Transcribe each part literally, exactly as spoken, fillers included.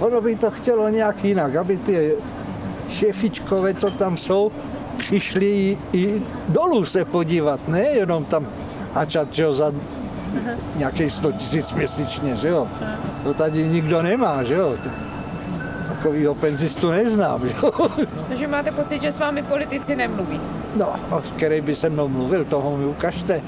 Ono by to chtělo nějak jinak, aby ty šefičkové, co tam jsou, přišli i dolů se podívat, ne jenom tam hačat, že jo, za nějaký sto tisíc měsíčně, že jo. To tady nikdo nemá, že jo. Takovýho penzistu neznám, že jo. Takže máte pocit, že s vámi politici nemluví? No, s který by se mnou mluvil, toho mi ukažte.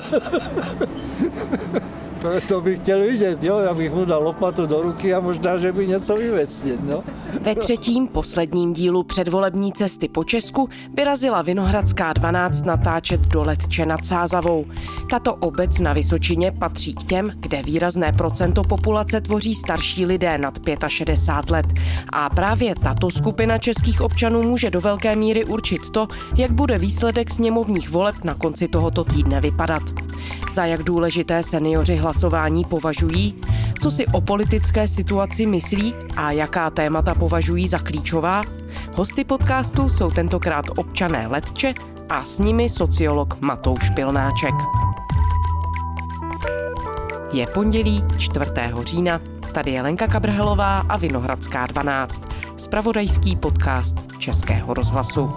To, to bych chtěl vidět, jo, já bych mu dal lopatu do ruky a možná, že by něco vyvecnit, no. Ve třetím, posledním dílu předvolební cesty po Česku vyrazila Vinohradská dvanáct natáčet do Letče nad Sázavou. Tato obec na Vysočině patří k těm, kde výrazné procento populace tvoří starší lidé nad šedesát pět let. A právě tato skupina českých občanů může do velké míry určit to, jak bude výsledek sněmovních voleb na konci tohoto týdne vypadat. Za jak důležité seniori hlasování považují, co si o politické situaci myslí a jaká témata považují za klíčová? Hosty podcastu jsou tentokrát občané Letče a s nimi sociolog Matouš Pilnáček. Je pondělí čtvrtého října. Tady je Lenka Kabrhelová a Vinohradská dvanáct, zpravodajský podcast Českého rozhlasu.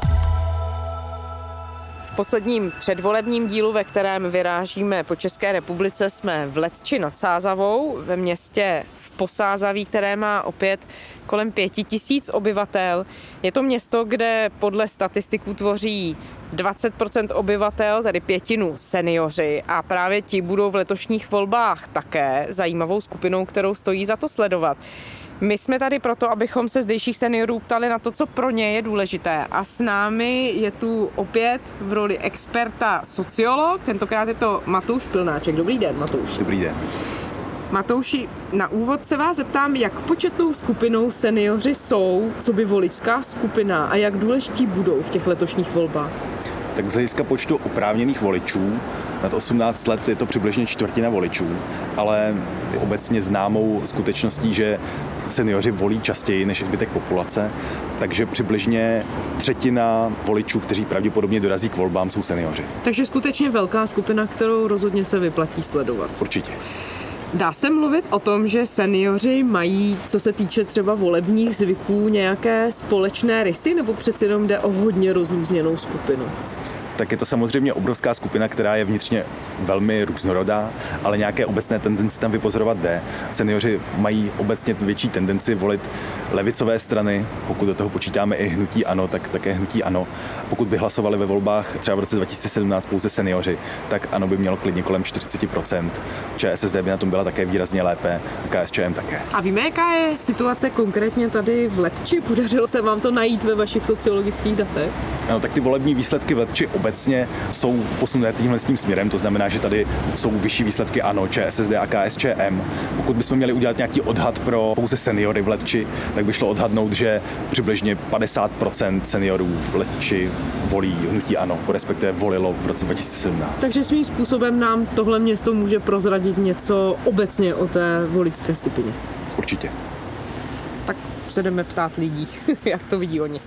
V posledním předvolebním dílu, ve kterém vyrážíme po České republice, jsme v Letči nad Sázavou, ve městě v Posázaví, které má opět kolem pěti tisíc obyvatel. Je to město, kde podle statistiků tvoří dvacet procent obyvatel, tedy pětinu seniori, a právě ti budou v letošních volbách také zajímavou skupinou, kterou stojí za to sledovat. My jsme tady proto, abychom se zdejších seniorů ptali na to, co pro ně je důležité. A s námi je tu opět v roli experta sociolog, tentokrát je to Matouš Pilnáček. Dobrý den, Matouš. Dobrý den. Matouši, na úvod se vás zeptám, jak početnou skupinou seniori jsou, co by voličská skupina a jak důležití budou v těch letošních volbách? Tak z hlediska počtu oprávněných voličů nad osmnáct let je to přibližně čtvrtina voličů, ale obecně známou skutečností, že seniori volí častěji než zbytek populace, takže přibližně třetina voličů, kteří pravděpodobně dorazí k volbám, jsou seniori. Takže skutečně velká skupina, kterou rozhodně se vyplatí sledovat. Určitě. Dá se mluvit o tom, že seniori mají, co se týče třeba volebních zvyků, nějaké společné rysy, nebo přeci jenom jde o hodně rozrůzněnou skupinu? Tak je to samozřejmě obrovská skupina, která je vnitřně velmi různorodá, ale nějaké obecné tendence tam vypozorovat jde. Seniori mají obecně větší tendenci volit levicové strany, pokud do toho počítáme i hnutí ANO, tak také hnutí ANO. Pokud by hlasovali ve volbách třeba v roce dva tisíce sedmnáct pouze seniori, tak ANO by mělo klidně kolem čtyřicet procent. ČSSD by na tom byla také výrazně lépe, a KSČM také. A víme, jaká je situace konkrétně tady v Letči? Podařilo se vám to najít ve vašich sociologických datech? No, tak ty volební výsledky v Letči obecně jsou posunuté tímhle tím směrem, to znamená, že tady jsou vyšší výsledky ANO, ČSSD a KSČM. Pokud bychom měli udělat nějaký odhad pro pouze seniory v Letči, tak by šlo odhadnout, že přibližně padesát procent seniorů v Letči volí hnutí ANO, respektive volilo v roce dva tisíce sedmnáct. Takže svým způsobem nám tohle město může prozradit něco obecně o té voličské skupině. Určitě. Tak se jdeme ptát lidí, jak to vidí oni.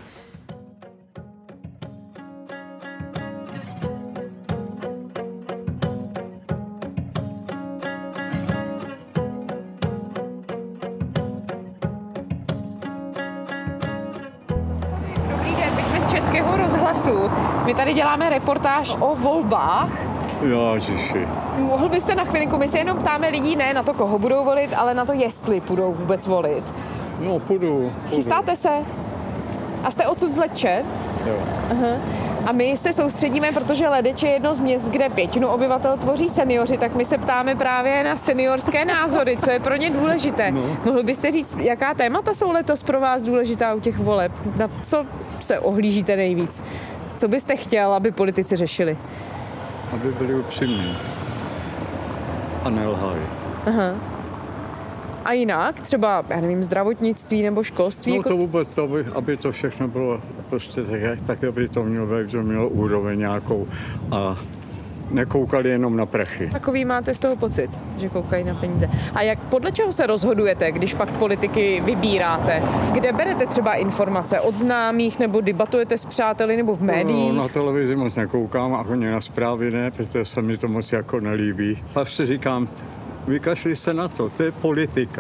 Českého rozhlasu. My tady děláme reportáž o volbách. Ježiši. Mohl byste na chvilinku, my se jenom ptáme lidí ne na to, koho budou volit, ale na to, jestli budou vůbec volit. No, půjdu. půjdu. Chystáte se? A jste odsud z Letče? Jo. Aha. A my se soustředíme, protože Ledeč je jedno z měst, kde pětinu obyvatel tvoří seniori, tak my se ptáme právě na seniorské názory, co je pro ně důležité. No. Mohl byste říct, jaká témata jsou letos pro vás důležitá u těch voleb? Na co se ohlížíte nejvíc? Co byste chtěl, aby politici řešili? Aby byli upřímní a nelhali. Aha. A jinak? Třeba, já nevím, zdravotnictví nebo školství? No jako... to vůbec, aby, aby to všechno bylo prostě tak, tak aby to mělo, že mělo úroveň nějakou a nekoukali jenom na prachy. Takový máte z toho pocit, že koukají na peníze. A jak podle čeho se rozhodujete, když pak politiky vybíráte? Kde berete třeba informace? Od známých nebo debatujete s přáteli nebo v médiích? No, na televizi moc nekoukám a hodně na zprávy ne, protože se mi to moc jako nelíbí. A si říkám, vykašli se na to, to je politika.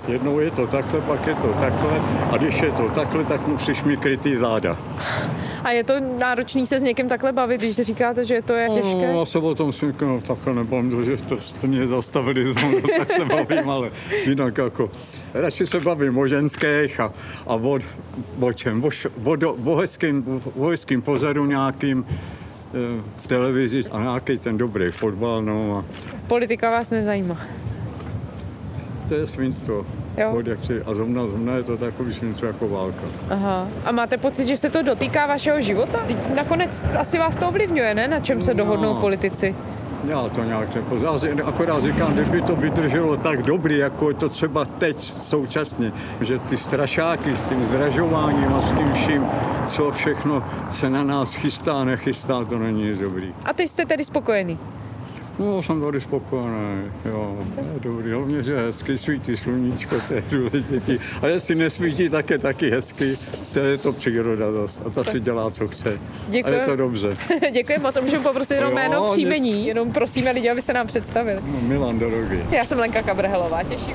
Jednou je to takhle, pak je to takhle a když je to takhle, tak musíš mi krytý záda. A je to náročný se s někým takhle bavit, když říkáte, že to je těžké? No, já se o tom smíknu, no, takhle nebavím, že to jste mě zastavili znovu, tak se bavím, ale jinak jako, radši se bavím o ženských a, a o, o čem, o, o, o, hezkým, o hezkým pozoru nějakým e, v televizi a nějaký ten dobrý fotbal, no. A politika vás nezajímá? to je svinstvo. A zrovna, zrovna je to takový svinstvo jako válka. Aha. A máte pocit, že se to dotýká vašeho života? Nakonec asi vás to ovlivňuje, ne? Na čem se dohodnou no. politici? Já to nějak nepoznám. Akorát říkám, kdyby to vydrželo tak dobrý, jako je to třeba teď současně, že ty strašáky s tím zdražováním a s tím vším, co všechno se na nás chystá, nechystá, to není dobrý. A ty jste tedy spokojený? No, jsem tady spokojený, jo, je dobrý, hlavně, že hezky svítí sluníčko, to je důležitý. A jestli nesvítí, tak je taky hezky, to je to příroda zase a ta si dělá, co chce. Děkuji. A je to dobře. Děkuji moc, můžeme poprosit jenom jméno příjmení, dě... jenom prosíme lidi, aby se nám představili. No, Milan Dorogy. Já jsem Lenka Kabrhelová, těším.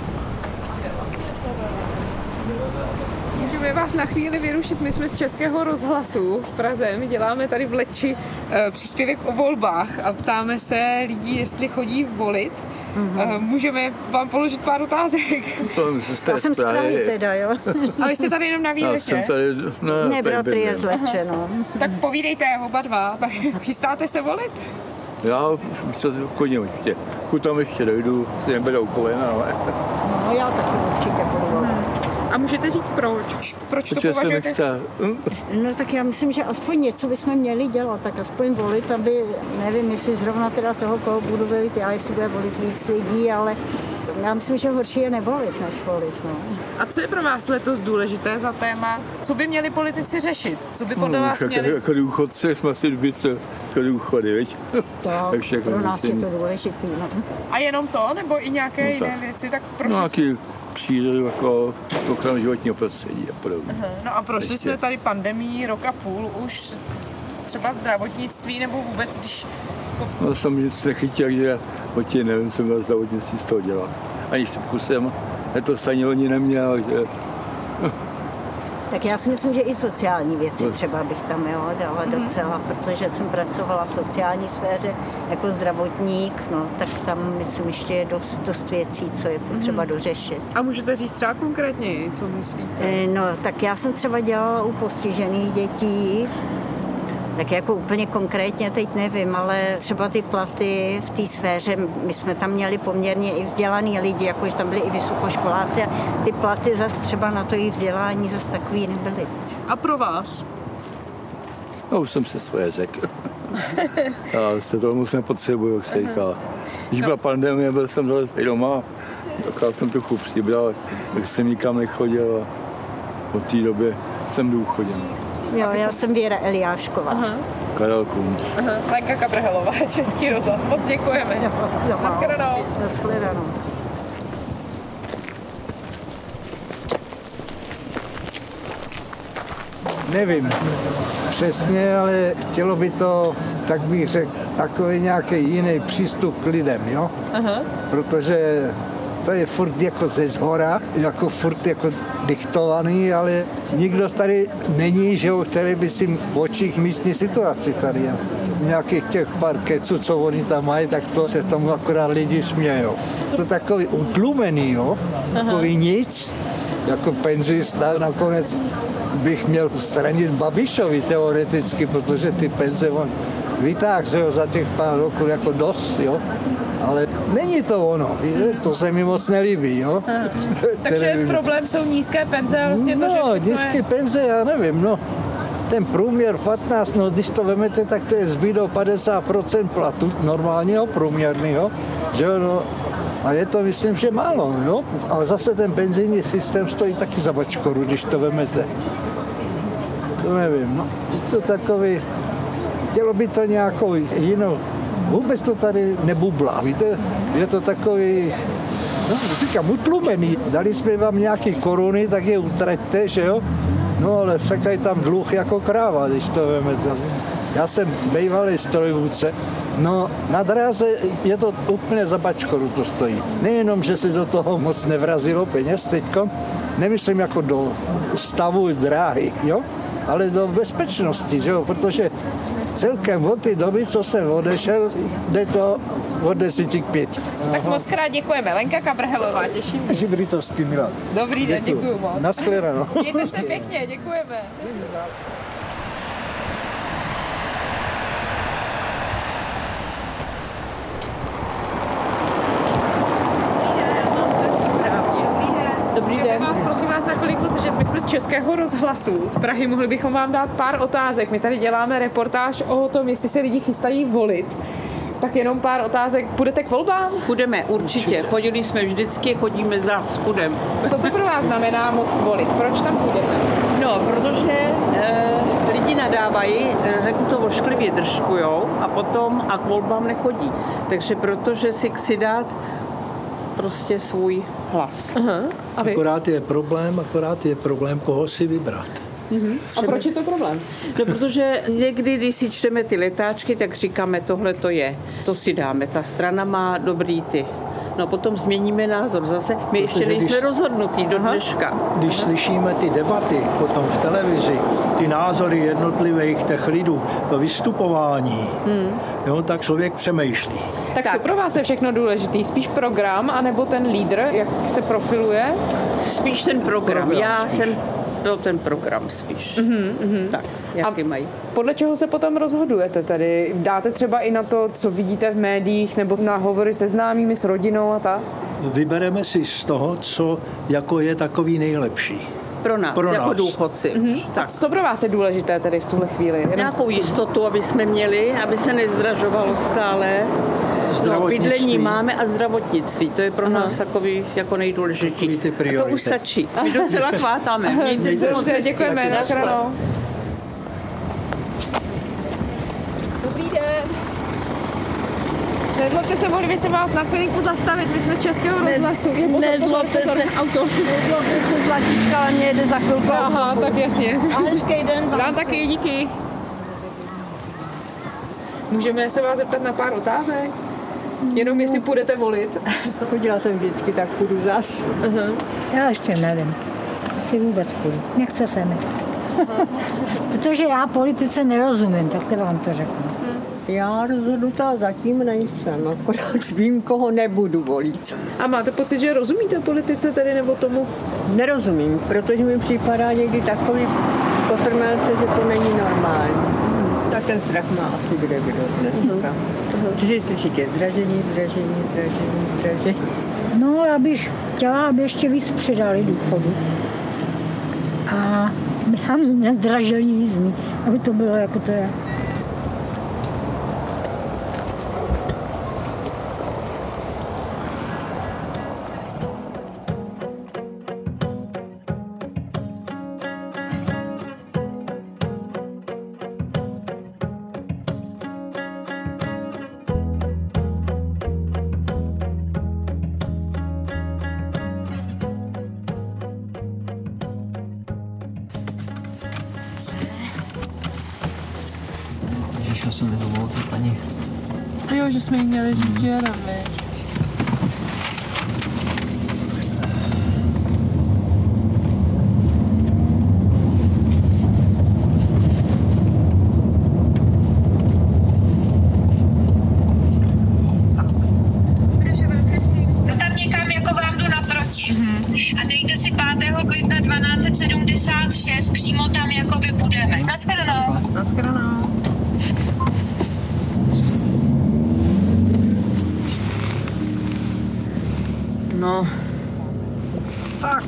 Můžeme vás na chvíli vyrušit, my jsme z Českého rozhlasu v Praze, my děláme tady v Letči e, příspěvek o volbách a ptáme se lidí, jestli chodí volit. Mm-hmm. E, můžeme vám položit pár otázek. To, Já jsem z Prahy teda, jo. A vy jste tady jenom na výletě? Já jsem tady, ne, ne bratr je z Letče, no. Tak povídejte oba dva, tak chystáte se volit? Já se chodím určitě. Kud tam ještě dojdu, si nebudou kolena, ale... No, já taky určitě budu volit. A můžete říct proč? Proč Protože to považujete? Se no tak já myslím, že aspoň něco bychom měli dělat, tak aspoň volit, aby, nevím, jestli zrovna teda toho, koho budu volit, já jestli bude volit víc lidí, ale já myslím, že horší je nevolit, než volit. No. A co je pro vás letos důležité za téma? Co by měli politici řešit? Co by podle no, vás jako, měli? Jako důchodci jsme si víc jako důchody, viď? To, jako pro nás je to důležitý. No. A jenom to, nebo i nějaké no, jiné věci? Tak prošli no, nějaký přijde jako ochranu životního prostředí a podobně. Aha. No a prošli Ještě. jsme tady pandemii rok a půl už, třeba zdravotnictví nebo vůbec, když... No jsem nic nechytil, že otě nevím, co měl zdravotnictví z toho dělat. Ani s kusem, je to ani loni neměl, že... Tak já si myslím, že i sociální věci třeba bych tam jo, dala mm-hmm. docela, protože jsem pracovala v sociální sféře jako zdravotník, no, tak tam myslím ještě je dost, dost věcí, co je potřeba mm-hmm. dořešit. A můžete říct třeba konkrétně, co myslíte? E, no, tak já jsem třeba dělala u postižených dětí, tak jako úplně konkrétně teď nevím, ale třeba ty platy v té sféře, my jsme tam měli poměrně i vzdělaný lidi, jakože tam byli i vysokoškoláci a ty platy zase třeba na to jejich vzdělání zase takový nebyly. A pro vás? No už jsem se svoje řekl. Já se toho moc nepotřebuju, jak se říká. Když byla pandemie, byl jsem zase doma, tak jsem trochu přibral, tak jsem nikam nechodil a od té doby jsem důchodil. Jo, já jsem Věra Eliášková. Aha. Karel Kunc. Lenka Kabrhelová, Český rozhlas. Moc děkujeme. Naschledanou. Naschledanou. Nevím přesně, ale chtělo by to, tak bych řekl, takový nějaký jiný přístup k lidem, jo? Aha. Protože to je furt jako ze zhora, jako furt jako diktovaný, ale nikdo tady není, že jo, který by si v očích místní situaci tady je. Nějakých těch pár keců, co oni tam mají, tak to se tomu akorát lidi smějou. To takový utlumený, jo, takový nic, jako penzista nakonec bych měl stranit Babišovi teoreticky, protože ty penze on vytáhl, že jo, za těch pár roků jako dost, jo. Ale není to ono, to se mi moc nelíbí, jo. Takže problém jsou nízké penze a vlastně to, no, že nízké je... penze, já nevím, no. Ten průměr patnáct, no když to vemete, tak to je zbydou padesát procent platu normálního, průměrného, že jo, no. A je to, myslím, že málo, jo. Ale zase ten penzijní systém stojí taky za bačkoru, když to vemete. To nevím, no. Je to takový, chtělo by to nějakou jinou. Vůbec to tady nebublá, víte, je to takový, no, říkám, utlumený. Dali jsme vám nějaký koruny, tak je utraťte, že jo? No, ale sekají tam dluh jako kráva, když to vemete. Já jsem bývalý strojvůdce No, na dráze je to úplně za bačkoru to stojí. Nejenom, že se do toho moc nevrazilo peněz teďko, nemyslím jako do stavu dráhy, jo? Ale do bezpečnosti, že jo? Protože celkem od té doby, co jsem odešel, jde to od deseti k pěti. Tak moc krát děkujeme. Lenka Kabrhelová, těším se. Žibritovský Milan. Dobrý den, děkuju moc. Nashledanou. Mějte se pěkně, děkujeme. Dobrý den. Vás, prosím vás na chvilku zdržet. My jsme z Českého rozhlasu z Prahy. Mohli bychom vám dát pár otázek. My tady děláme reportáž o tom, jestli se lidi chystají volit. Tak jenom pár otázek. Půjdete k volbám? Půjdeme, určitě. určitě. Chodili jsme vždycky, chodíme zás, půjdeme. Co to pro vás znamená moc volit? Proč tam půjdete? No, protože e, lidi nadávají, řeknu to ošklivě, držkujou a potom a k volbám nechodí. Takže protože si chci dát prostě svůj hlas. Aha. A vy? Akorát je problém, akorát je problém, koho si vybrat. Uh-huh. A proč je to problém? No, protože někdy, když si čteme ty letáčky, tak říkáme, tohle to je. To si dáme, ta strana má dobrý ty. No potom změníme názor zase. My protože ještě nejsme když, rozhodnutí do dneška. Když Aha. slyšíme ty debaty potom v televizi, ty názory jednotlivých těch lidů, to vystupování, hmm. jo, tak člověk přemýšlí. Tak, tak co pro vás je všechno důležitý? Spíš program, anebo ten lídr, jak se profiluje? Spíš ten program. program Já spíš. jsem pro ten program spíš. Mm-hmm, mm-hmm. Tak, jaký mají. Podle čeho se potom rozhodujete tedy? Dáte třeba i na to, co vidíte v médiích, nebo na hovory se známými, s rodinou a tak? Vybereme si z toho, co jako je takový nejlepší. Pro nás, pro jako nás. důchodci. Mm-hmm. Tak. Co pro vás je důležité tedy v tuhle chvíli? Jenom... Nějakou jistotu, aby jsme měli, aby se nezdražovalo stále. No, bydlení máme a zdravotnictví. To je pro Aha. nás takový jako nejdůležitější. A to už stačí. My docela chvátáme. Mějte se moc. Děkujeme. Nashledanou. Dobrý den. Nezlobte se, mohli by se vás na chvilinku zastavit, my jsme z Českého rozhlasu. Nezlobte se, auto. Nezlobte se, zlatíčka, ale mě jede za chvilku. Aha, tak jasně. A hezký den. Vám taky, díky. Můžeme se vás zeptat na pár otázek? Jenom jestli půjdete volit. Chodila jsem vždycky, tak půjdu zas. Uh-huh. Já ještě nevím. Jestli vůbec půjdu. Nechce se mi. Protože já politice nerozumím, tak to vám to řeknu. Já rozhodnutá zatím nejsem, akorát vím, koho nebudu volit. A máte pocit, že rozumíte politice tedy nebo tomu? Nerozumím, protože mi připadá někdy takový kotrmelce, že to není normální. Tak ten strach má asi kde kdo dneska. Protože slyšíte zdražení, zdražení, zdražení, zdražení. No, já bych chtěla, aby ještě víc přidali důchodu. A nám nezdražili jízdný, aby to bylo jako to je. Přišel jsem nedovolte, paní. Jo, že jsme jí měli říct, že jedeme. A dejte si pátého května dvanáct set sedmdesát šest, přímo tam jako by budeme. Naschledanou. Naschledanou. No. Tak.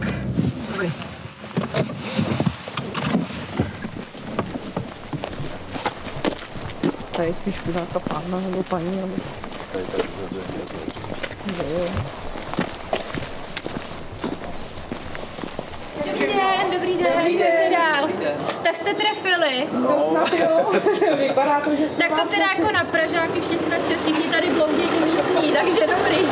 Tady spíš byla ta pána nebo paní, nebo... Tady tak Dobrý den, dobrý den, dobrý den. Dál. Tak jste trefili. No, snad jo. Vypadá to, že jsme tak to teda jako na Pražáky všechno, všichni tady bloudí i místní, takže dobrý.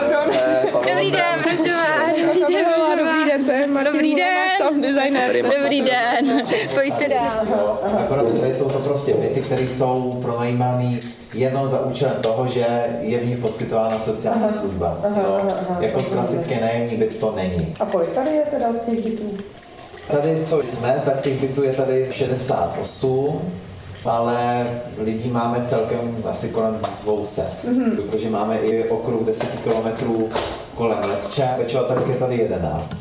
Dobrý den, prosím vás. Dobrý den, dobrý den, to je Martin, dobrý den. Sound designer. Dobrý Dobrý den, pojďte dál. Akorát, že tady jsou to prostě byty, které jsou pronajímané jenom za účelem toho, že je v nich poskytována sociální aha, služba. Aha, jo? Aha, jako aha, klasický nájemní byt to není. A kolik tady je teda těch bytů? Tady, co jsme, tak těch bytů je tady šedesát osm, ale lidí máme celkem asi kolem dvě stě, mm-hmm. protože máme i okruh deset kilometrů kolem Letče, pečovatelek je tady jedenáct.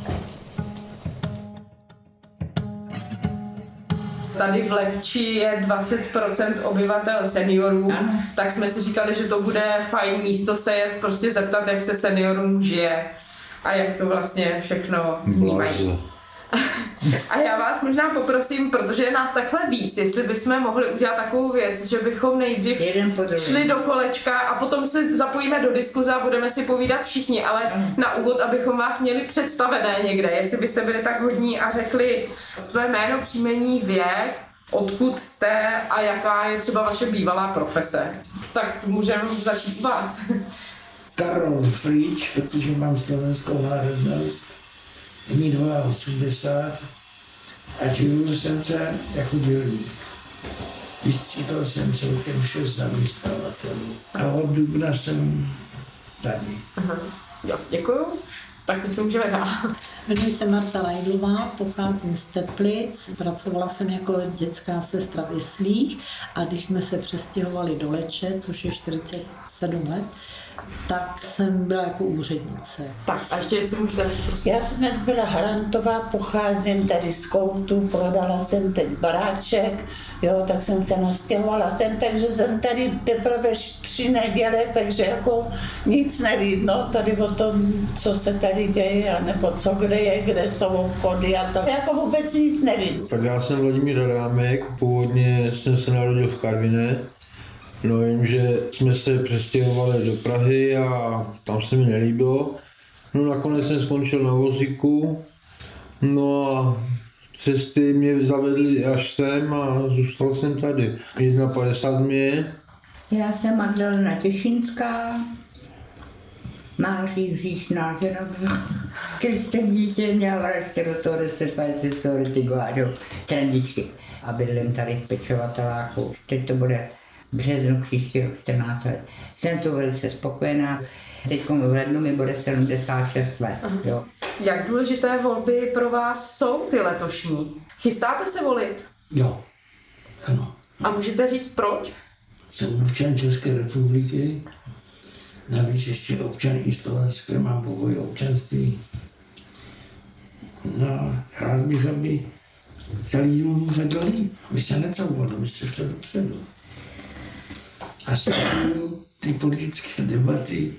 Tady v Letči je dvacet procent obyvatel seniorů, ano. Tak jsme si říkali, že to bude fajn místo se prostě zeptat, jak se seniorům žije a jak to vlastně všechno vnímají. A já vás možná poprosím, protože je nás takhle víc, jestli bychom mohli udělat takovou věc, že bychom nejdřív šli do kolečka a potom se zapojíme do diskuze a budeme si povídat všichni, ale na úvod, abychom vás měli představené někde, jestli byste byli tak hodní a řekli své jméno, příjmení, věk, odkud jste a jaká je třeba vaše bývalá profese. Tak můžeme začít u vás. Karol Frič, protože mám slovenskou národnost. Je mi osmdesát dva a živil jsem se jako dělník. Vystřídal jsem celkem šest zaměstnavatelů a od dubna jsem tady. Aha. Jo, děkuju. Tak my se můžeme dál. Jmenuji se Marta Lajdlová, pocházím z Teplic, pracovala jsem jako dětská sestra v jeslích a když jsme se přestěhovali do Leče, což je čtyřicet sedm let, tak jsem byla jako úřednice. Tak a ještě jestli můžete... Já jsem byla Harantová, pocházím tady z Koutu, prodala jsem teď baráček, jo, tak jsem se nastěhovala sem, takže jsem tady teprve tři neděle, takže jako nic nevím, no, tady o tom, co se tady děje, nebo co kde je, kde jsou obchody a to, jako vůbec nic nevím. Tak já jsem Vladimír Adámek, původně jsem se narodil v Karviné. No vím, že jsme se přestěhovali do Prahy a tam se mi nelíbilo. No nakonec jsem skončil na vozíku. No a cesty mě zavedly až sem a zůstal jsem tady. padesát jedna mi je. Já jsem Magdalena Těšinská, Máří Hříšná žena. Když jsem dítě měla ještě do toho deset padesát ty do trendičky. A bydlím tady v pečovateláku. Teď to bude březnu příští rok čtrnáct let. Jsem tu velice spokojená. Teď v lednu mi bude sedmdesát šest let. Jo. Jak důležité volby pro vás jsou ty letošní? Chystáte se volit? Jo. Ano. A můžete říct proč? Jsem občan České republiky, navíc ještě občan i slovenské, mám obojí občanství. No, rád bych, aby celý dům vedl líp. My se necouvali, my se šli dopředu. A sleduju ty politické debaty.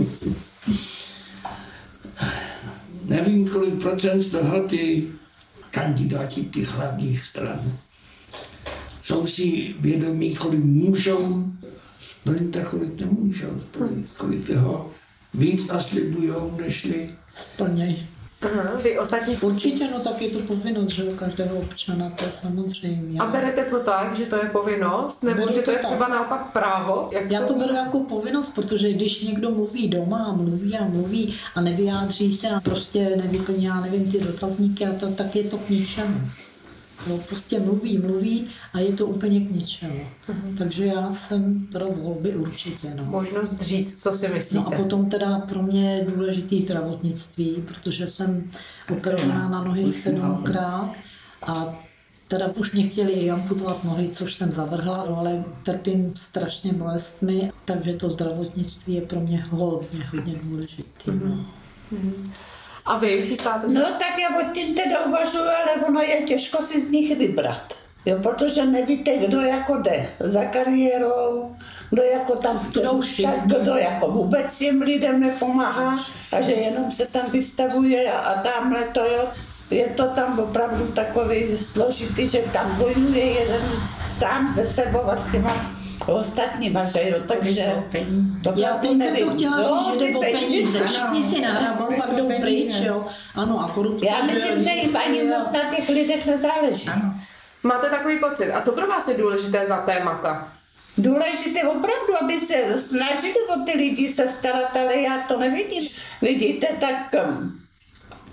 Nevím, kolik procent z toho ty kandidáti těch hlavních stran jsou si vědomí, kolik můžou splnit a kolik nemůžou splnit, kolik toho víc naslibujou, nežli splnějí. Aha, vy ostatní... Určitě, no tak je to povinnost, že u každého občana, to je samozřejmě. A berete to tak, že to je povinnost, nebo Beru že to je třeba tak. Naopak právo? Jak Já to to beru jako povinnost, protože když někdo mluví doma a mluví a mluví a nevyjádří se a prostě nevyplní, já nevím, ty dotazníky a to, tak je to k ničemu. Jo, prostě mluví, mluví a je to úplně k ničemu. Uh-huh. Takže já jsem pro volby určitě. No. Možnost říct, co si myslíte. No a potom teda pro mě je důležitý zdravotnictví, protože jsem operovaná na nohy sedmkrát a teda už mě chtěli amputovat nohy, což jsem zavrhla, ale trpím strašně bolestmi, takže to zdravotnictví je pro mě hodně, hodně důležitý. Uh-huh. No. Uh-huh. A vy chystáte se? No tak já o tím teda uvažuji, ale ono je těžko si z nich vybrat. Jo, protože nevíte, kdo jako jde za kariérou, kdo jako tam chce zůstat, kdo jako vůbec těm lidem nepomáhá a že jenom se tam vystavuje a, a tamhle to jo. Je to tam opravdu takový složitý, že tam bojuje jeden sám ze sebou a s těma ostatníma, že jo, takže to já teď jsem to chtěla říct, že jde o peníze, všichni si nahrabou, pak jdou pryč, jo. Ano, a korupce. Já myslím, že jim ani moc na těch lidech nezáleží. Ano. Máte takový pocit. A co pro vás je důležité za témata? Důležité opravdu, aby se snažili o ty lidi se starat, ale já to nevidím. Vidíte, tak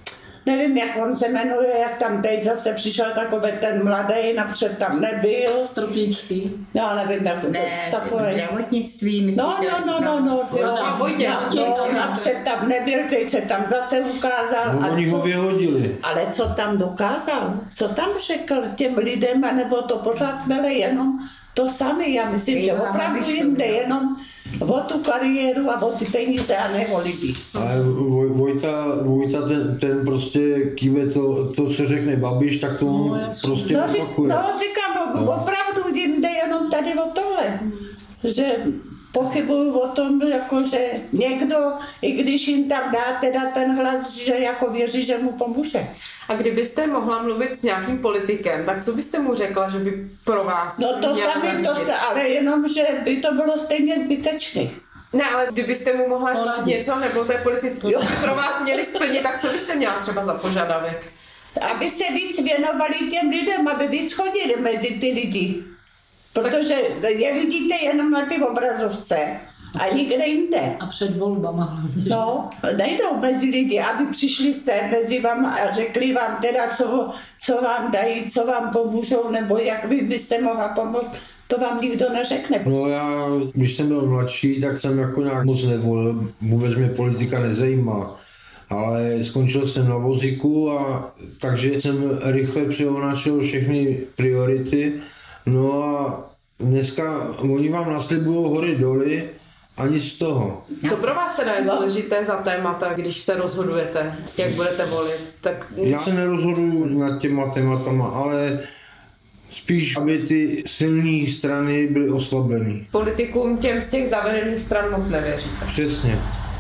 nevím, jak on se jmenuje, jak tam teď zase přišel takový ten mladý, napřed tam nebyl. Stropnický. Já nevím, jak ne, takový. Zdravotnictví, myslíte? No, no, no, no, no, no, jo. no, Vojtěch, no, no, napřed tam nebyl, teď se tam zase ukázal. No, oni ho vyhodili. Ale co tam dokázal? Co tam řekl těm lidem, anebo to pořád měli jenom to samé. Já myslím, že opravdu jim jde jenom o tu kariéru a o ty peníze a ne o lidi. Ale Voj, Vojta, Vojta ten, ten prostě kýve to, to, co řekne Babiš, tak to on no, prostě no, opakuje. No říkám, no. Opravdu jim jde jenom tady o tohle. Že pochybuju o tom, jako, že někdo, i když jim tam dá teda ten hlas, že jako věří, že mu pomůže. A kdybyste mohla mluvit s nějakým politikem, tak co byste mu řekla, že by pro vás No to sami, to se, ale jenom, že by to bylo stejně zbytečné. Ne, ale kdybyste mu mohla říct něco, nebo té policii, co by pro vás měli splnit, tak co byste měla třeba za požadavek? Aby se víc věnovali těm lidem, aby víc chodili mezi ty lidi. Protože je vidíte jenom na ty obrazovce a nikde jinde. A před volbama. No, nejdou mezi lidi, aby přišli se mezi vám a řekli vám teda, co, co vám dají, co vám pomůžou, nebo jak vy byste mohla pomoct. To vám nikdo neřekne. No já, když jsem byl mladší, tak jsem jako nějak moc nevolil, vůbec mě politika nezajímá. Ale skončil jsem na vozíku a takže jsem rychle přeonáčel všechny priority. No a dneska oni vám naslibují hory doly a nic z toho. Co pro vás teda je důležité za témata, když se rozhodujete, jak budete volit? Tak... Já se nerozhoduju nad těma tématama, ale spíš, aby ty silné strany byly oslabeny. Politikům těm z těch zavedených stran moc nevěříte. Přesně.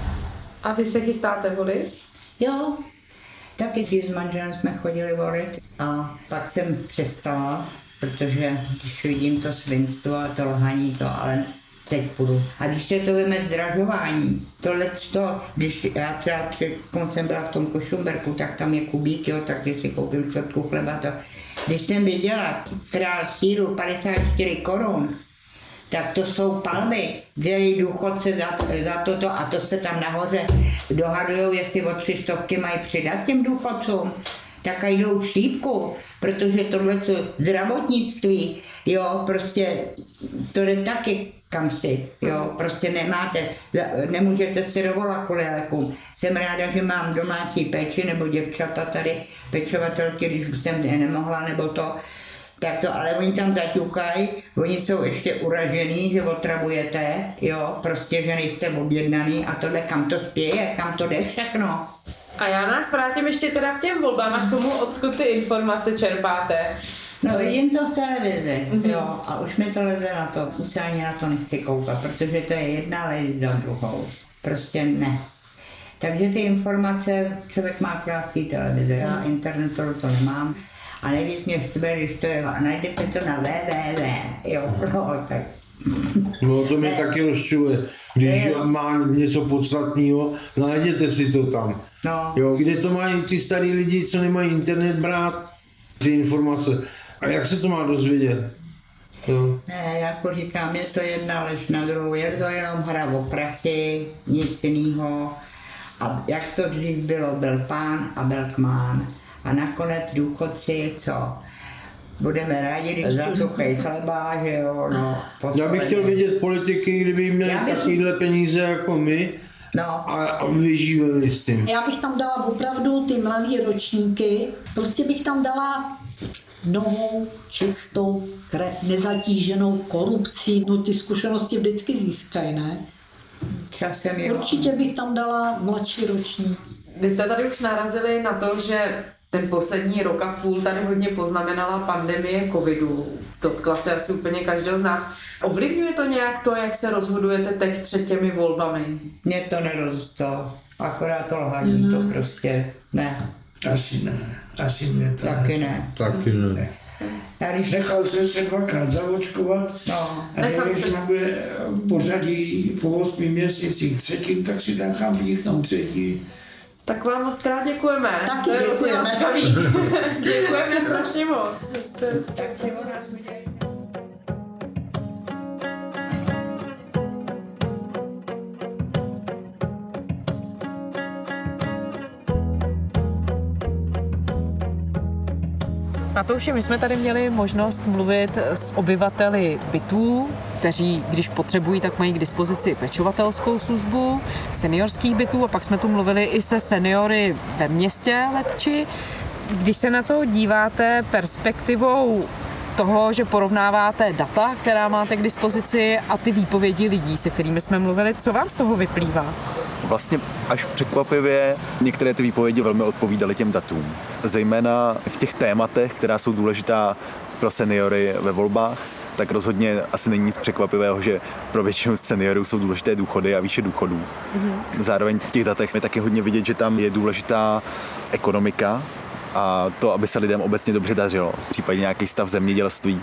A vy se chystáte volit? Jo, taky s manželem jsme chodili volit a pak jsem přestala, protože když vidím to svinstvo a to lhaní, to ale teď půjdu. A když se to veme zdražování, tohle to, když já třeba před koncem byla v tom Košumberku, tak tam je kubík, jo, takže si koupím čtvrtku chleba, to. Když jsem viděla král síru padesát čtyři korun, tak to jsou palby, dělají důchodce za, za toto a to se tam nahoře dohadujou, jestli o tři stovky mají přidat těm důchodcům, tak a jdou šípku, protože tohle zdravotnictví, jo, prostě to jde taky kam si, jo, prostě nemáte, nemůžete si dovolat kvůli lékům. Jsem ráda, že mám domácí péči nebo děvčata tady, pečovatelky, když jsem nemohla nebo to, tak to, ale oni tam zaťukají, oni jsou ještě uražený, že otravujete, jo, prostě, že nejste objednaný a tohle, kam to spěje, kam to jde všechno. A já nás vrátím ještě teda k těm volbám a k tomu, odkud ty informace čerpáte. No vidím to v televizi, mm-hmm. jo, a už mi to leze na to, už se ani na to nechci koukat, protože to je jedna lež za druhou, prostě ne. Takže ty informace člověk má akorát v té televizi, já internetu to nemám. A nejvíc mě štve, když to je, a najdete to na www, jo, no, tak. No to mě ne. taky rozčuje, když ne. má něco podstatného, najděte si to tam. No. Jo, kde to mají ty starý lidi, co nemají internet brát, ty informace. A jak se to má dozvědět? Jo. Ne, jako říkám, je to jedna lež na druhou, je to jenom hra o prachy, nic jiného. A jak to dřív bylo, byl pán a byl kmán. A nakonec důchodci, co? Budeme rádi za suchej chleba, že jo, no. Já bych chtěl vidět politiky, kdyby měli bych... takovýhle peníze jako my, no. a, a vyžívali s tím. Já bych tam dala opravdu ty mladé ročníky, prostě bych tam dala novou, čistou, krev, nezatíženou korupcí, no ty zkušenosti vždycky získají, ne? Časem je. Určitě bych tam dala mladší ročník. Vy jste tady už narazili na to, že ten poslední rok a půl tady hodně poznamenala pandemie covidu. Dotkla se asi úplně každého z nás. Ovlivňuje to nějak to, jak se rozhodujete teď před těmi volbami? Mě to nerozto, akorát to lhaní, mm. to prostě ne. Asi ne, asi mě to Taky ne. Taky ne. ne. Když... Nechal jsem se dvakrát zaočkovat no. a když mám bude pořadí po osmi měsících třetím, tak si nechám vníchnout třetí. Tak vám moc krát děkujeme. Taky děkujeme. Děkujeme strašně moc. Matouši, my jsme tady měli možnost mluvit s obyvateli bytů, kteří, když potřebují, tak mají k dispozici pečovatelskou službu, seniorských bytů, a pak jsme tu mluvili i se seniory ve městě Letči. Když se na to díváte perspektivou toho, že porovnáváte data, která máte k dispozici, a ty výpovědi lidí, se kterými jsme mluvili, co vám z toho vyplývá? Vlastně až překvapivě některé ty výpovědi velmi odpovídaly těm datům. Zejména v těch tématech, která jsou důležitá pro seniory ve volbách, tak rozhodně asi není nic překvapivého, že pro většinu seniorů jsou důležité důchody a výše důchodů. Mm-hmm. Zároveň v těch datech je taky hodně vidět, že tam je důležitá ekonomika a to, aby se lidem obecně dobře dařilo. Případně nějaký stav zemědělství,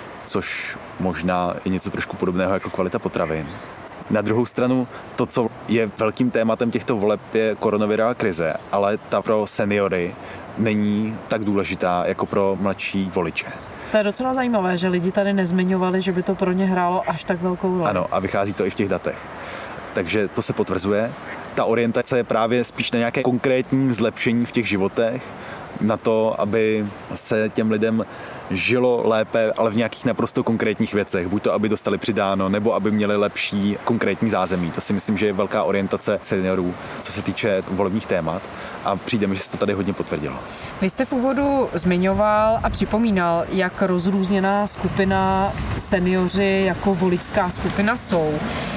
což možná je něco trošku podobného jako kvalita potravin. Na druhou stranu to, co je velkým tématem těchto voleb, je koronavirová krize, ale ta pro seniory není tak důležitá jako pro mladší voliče. To je docela zajímavé, že lidi tady nezmiňovali, že by to pro ně hrálo až tak velkou roli. Ano, a vychází to i v těch datech. Takže to se potvrzuje. Ta orientace je právě spíš na nějaké konkrétní zlepšení v těch životech, na to, aby se těm lidem žilo lépe, ale v nějakých naprosto konkrétních věcech. Buď to, aby dostali přidáno, nebo aby měli lepší konkrétní zázemí. To si myslím, že je velká orientace seniorů, co se týče volebních témat, a přijde mi, že se to tady hodně potvrdilo. Vy jste v úvodu zmiňoval a připomínal, jak rozrůzněná skupina seniori jako voličská skupina jsou.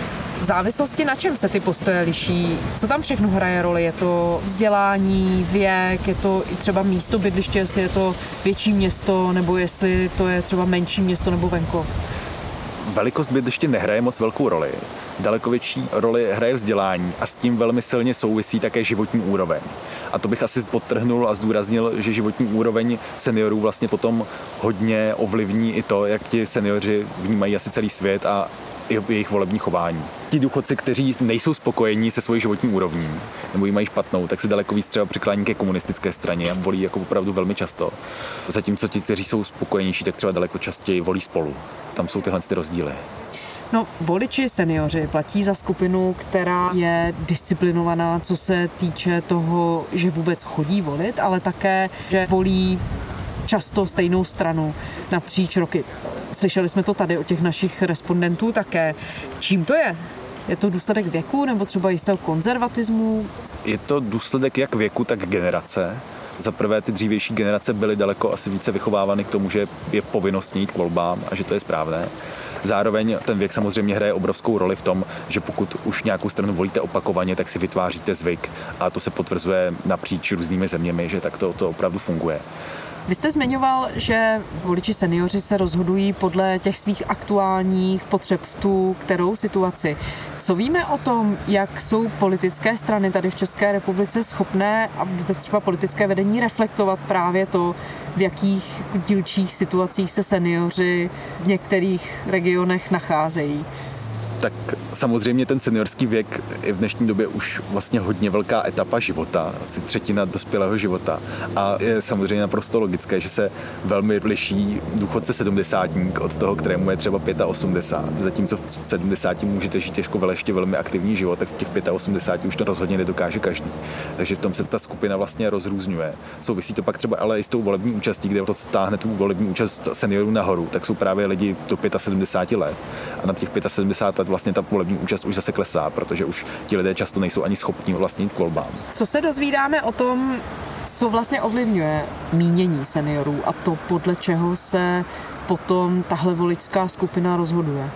V závislosti na čem se ty postoje liší? Co tam všechno hraje roli? Je to vzdělání, věk, je to i třeba místo bydliště, jestli je to větší město, nebo jestli to je třeba menší město nebo venkov? Velikost bydliště nehraje moc velkou roli. Daleko větší roli hraje vzdělání a s tím velmi silně souvisí také životní úroveň. A to bych asi podtrhnul a zdůraznil, že životní úroveň seniorů vlastně potom hodně ovlivní i to, jak ti seniori vnímají asi celý svět a i jejich volební chování. Ti důchodci, kteří nejsou spokojení se svojí životní úrovní nebo ji mají špatnou, tak si daleko víc třeba přiklání ke komunistické straně a volí jako opravdu velmi často. Zatímco ti, kteří jsou spokojenější, tak třeba daleko častěji volí Spolu. Tam jsou tyhle ty rozdíly. No, voliči seniori platí za skupinu, která je disciplinovaná, co se týče toho, že vůbec chodí volit, ale také, že volí často stejnou stranu napříč roky. Slyšeli jsme to tady od těch našich respondentů také. Čím to je? Je to důsledek věku nebo třeba jistého konzervatismu? Je to důsledek jak věku, tak generace. Za prvé ty dřívější generace byly daleko asi více vychovávány k tomu, že je povinnost jít k volbám a že to je správné. Zároveň ten věk samozřejmě hraje obrovskou roli v tom, že pokud už nějakou stranu volíte opakovaně, tak si vytváříte zvyk, a to se potvrzuje napříč různými zeměmi, že tak to, to opravdu funguje. Vy jste zmiňoval, že voliči seniori se rozhodují podle těch svých aktuálních potřeb v tu kterou situaci. Co víme o tom, jak jsou politické strany tady v České republice schopné a vůbec třeba politické vedení reflektovat právě to, v jakých dílčích situacích se seniori v některých regionech nacházejí? Tak samozřejmě ten seniorský věk je v dnešní době už vlastně hodně velká etapa života, asi třetina dospělého života. A je samozřejmě naprosto logické, že se velmi liší důchodce sedmdesátník od toho, kterému je třeba osmdesát pět. Zatímco v sedmdesáti můžete žít těžko vele ještě velmi aktivní život, tak v těch osmdesáti pěti už to rozhodně nedokáže každý. Takže v tom se ta skupina vlastně rozrůzňuje. Souvisí to pak třeba ale i s tou volební účastí, kde to, co táhne tu volební účast seniorů nahoru, tak jsou právě lidi do sedmdesáti pěti let. A na těch sedmdesáti pěti let vlastně ta volební účast už zase klesá, protože už ti lidé často nejsou ani schopni vlastně jít k volbám. Co se dozvídáme o tom, co vlastně ovlivňuje mínění seniorů a to, podle čeho se potom tahle voličská skupina rozhoduje?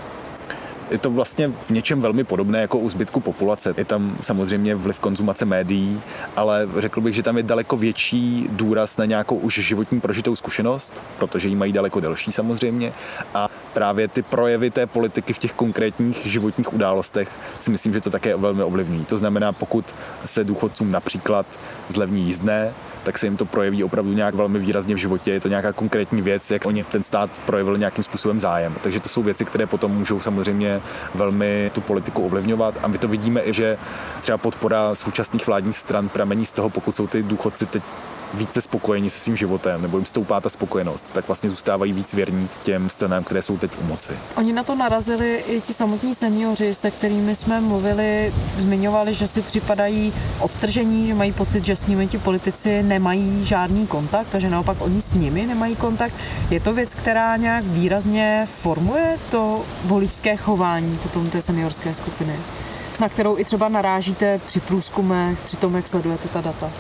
Je to vlastně v něčem velmi podobné jako u zbytku populace. Je tam samozřejmě vliv konzumace médií, ale řekl bych, že tam je daleko větší důraz na nějakou už životní prožitou zkušenost, protože ji mají daleko delší samozřejmě, a právě ty projevy té politiky v těch konkrétních životních událostech si myslím, že to také velmi ovlivní. To znamená, pokud se důchodcům například zlevní jízdné, tak se jim to projeví opravdu nějak velmi výrazně v životě. Je to nějaká konkrétní věc, jak oni ten stát projevil nějakým způsobem zájem. Takže to jsou věci, které potom můžou samozřejmě velmi tu politiku ovlivňovat. A my to vidíme i, že třeba podpora současných vládních stran pramení z toho, pokud jsou ty důchodci teď více spokojeni se svým životem, nebo jim stoupá ta spokojenost, tak vlastně zůstávají víc věrní těm stranám, které jsou teď u moci. Oni na to narazili i ti samotní seniori, se kterými jsme mluvili, zmiňovali, že si připadají odtržení, že mají pocit, že s nimi ti politici nemají žádný kontakt a že naopak oni s nimi nemají kontakt. Je to věc, která nějak výrazně formuje to voličské chování potom té seniorské skupiny, na kterou i třeba narážíte při průzkumech, při tom, jak sledujete ta data?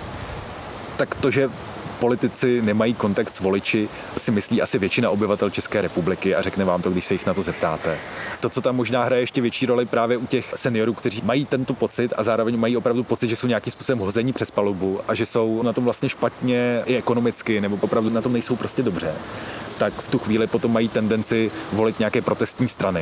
Tak to, že politici nemají kontakt s voliči, si myslí asi většina obyvatel České republiky a řekne vám to, když se jich na to zeptáte. To, co tam možná hraje ještě větší roli právě u těch seniorů, kteří mají tento pocit a zároveň mají opravdu pocit, že jsou nějakým způsobem hození přes palubu a že jsou na tom vlastně špatně i ekonomicky, nebo opravdu na tom nejsou prostě dobře, tak v tu chvíli potom mají tendenci volit nějaké protestní strany.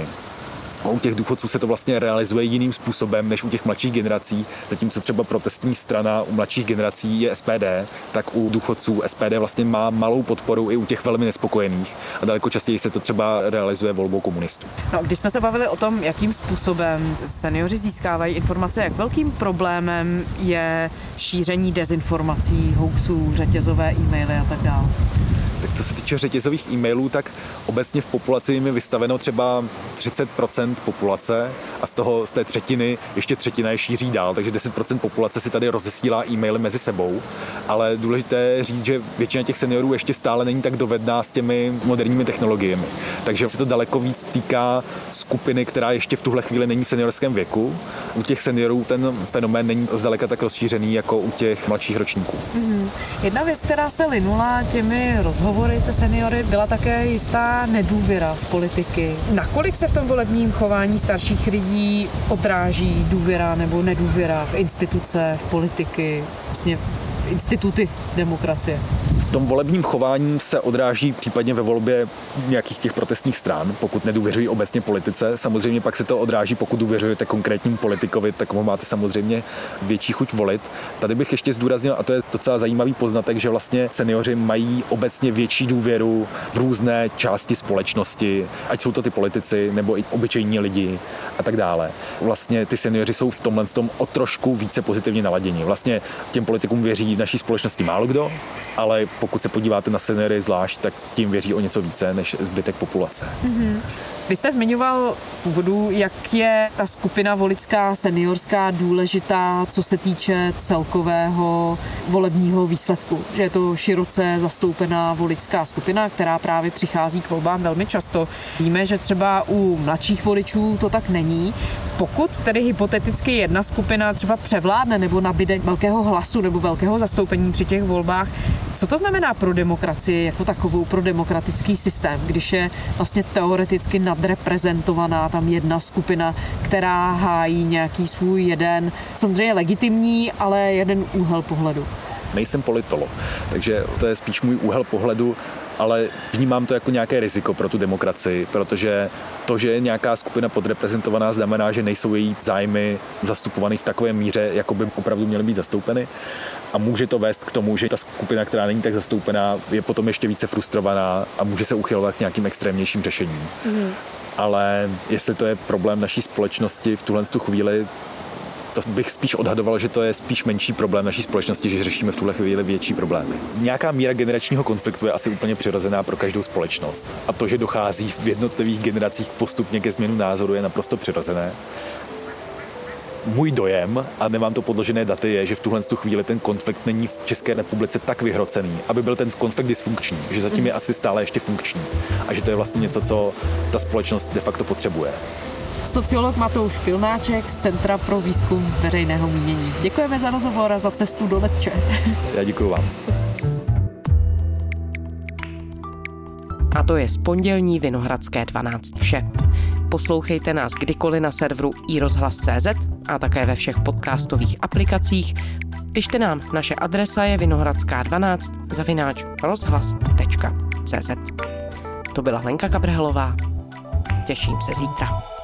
A u těch důchodců se to vlastně realizuje jiným způsobem než u těch mladších generací. Zatímco třeba protestní strana u mladších generací je S P D, tak u důchodců S P D vlastně má malou podporu i u těch velmi nespokojených. A daleko častěji se to třeba realizuje volbou komunistů. No, když jsme se bavili o tom, jakým způsobem seniori získávají informace, jak velkým problémem je šíření dezinformací, hoaxů, řetězové e-maily a tak dále. Tak co se týče řetězových e-mailů, tak obecně v populaci jim je vystaveno třeba třicet procent populace a z toho z té třetiny ještě třetina je šíří dál, takže deset procent populace si tady rozesílá e-maily mezi sebou, ale důležité je říct, že většina těch seniorů ještě stále není tak dovedná s těmi moderními technologiemi, takže se to daleko víc týká skupiny, která ještě v tuhle chvíli není v seniorském věku. U těch seniorů ten fenomén není zdaleka tak rozšířený jako u těch mladších ročníků. Mm-hmm. Jedna věc, která se linula těmi rozhovory se seniory, byla také jistá nedůvěra v politiky. Nakolik se v tom volebním chování starších lidí odráží důvěra nebo nedůvěra v instituce, v politiky, vlastně v instituty demokracie? V tom volebním chování se odráží případně ve volbě nějakých těch protestních stran, pokud nedůvěřují obecně politice. Samozřejmě pak se to odráží, pokud důvěřujete konkrétním politikovi, tak ho máte samozřejmě větší chuť volit. Tady bych ještě zdůraznil, a to je docela zajímavý poznatek, že vlastně seniori mají obecně větší důvěru v různé části společnosti, ať jsou to ty politici nebo i obyčejní lidi a tak dále. Vlastně ty seniori jsou v tomhle tom o trošku více pozitivně naladěni. Vlastně těm politikům věří v naší společnosti málo kdo, ale pokud se podíváte na seniory zvlášť, tak tím věří o něco více než zbytek populace. Mm-hmm. Vy jste zmiňoval v úvodu, jak je ta skupina voličská, seniorská důležitá, co se týče celkového volebního výsledku. Že je to široce zastoupená voličská skupina, která právě přichází k volbám velmi často. Víme, že třeba u mladších voličů to tak není. Pokud tedy hypoteticky jedna skupina třeba převládne nebo nabíde velkého hlasu nebo velkého zastoupení při těch volbách, co to znamená pro demokracii jako takovou, pro demokratický systém, když je vlastně teoreticky nadreprezentovaná tam jedna skupina, která hájí nějaký svůj jeden, samozřejmě legitimní, ale jeden úhel pohledu? Nejsem politolog, takže to je spíš můj úhel pohledu, ale vnímám to jako nějaké riziko pro tu demokracii, protože to, že je nějaká skupina podreprezentovaná, znamená, že nejsou její zájmy zastupované v takové míře, jako by opravdu měly být zastoupeny. A může to vést k tomu, že ta skupina, která není tak zastoupená, je potom ještě více frustrovaná a může se uchylovat k nějakým extrémnějším řešením. Mm. Ale jestli to je problém naší společnosti v tuhle chvíli, to bych spíš odhadoval, že to je spíš menší problém naší společnosti, že řešíme v tuhle chvíli větší problémy. Nějaká míra generačního konfliktu je asi úplně přirozená pro každou společnost. A to, že dochází v jednotlivých generacích postupně ke změnu názoru, je naprosto přirozené. Můj dojem, a nemám to podložené daty, je, že v tuhle chvíli ten konflikt není v České republice tak vyhrocený, aby byl ten konflikt dysfunkční, že zatím je asi stále ještě funkční a že to je vlastně něco, co ta společnost de facto potřebuje. Sociolog Matouš Pilnáček z Centra pro výzkum veřejného mínění. Děkujeme za rozhovor a za cestu do Letče. Já děkuju vám. A to je z pondělní Vinohradské dvanáct vše. Poslouchejte nás kdykoliv na serveru i rozhlas tečka cé zet a také ve všech podcastových aplikacích. Pište nám, naše adresa je vinohradská dvanáct zavináč rozhlas tečka cé zet. To byla Lenka Kabrhelová. Těším se zítra.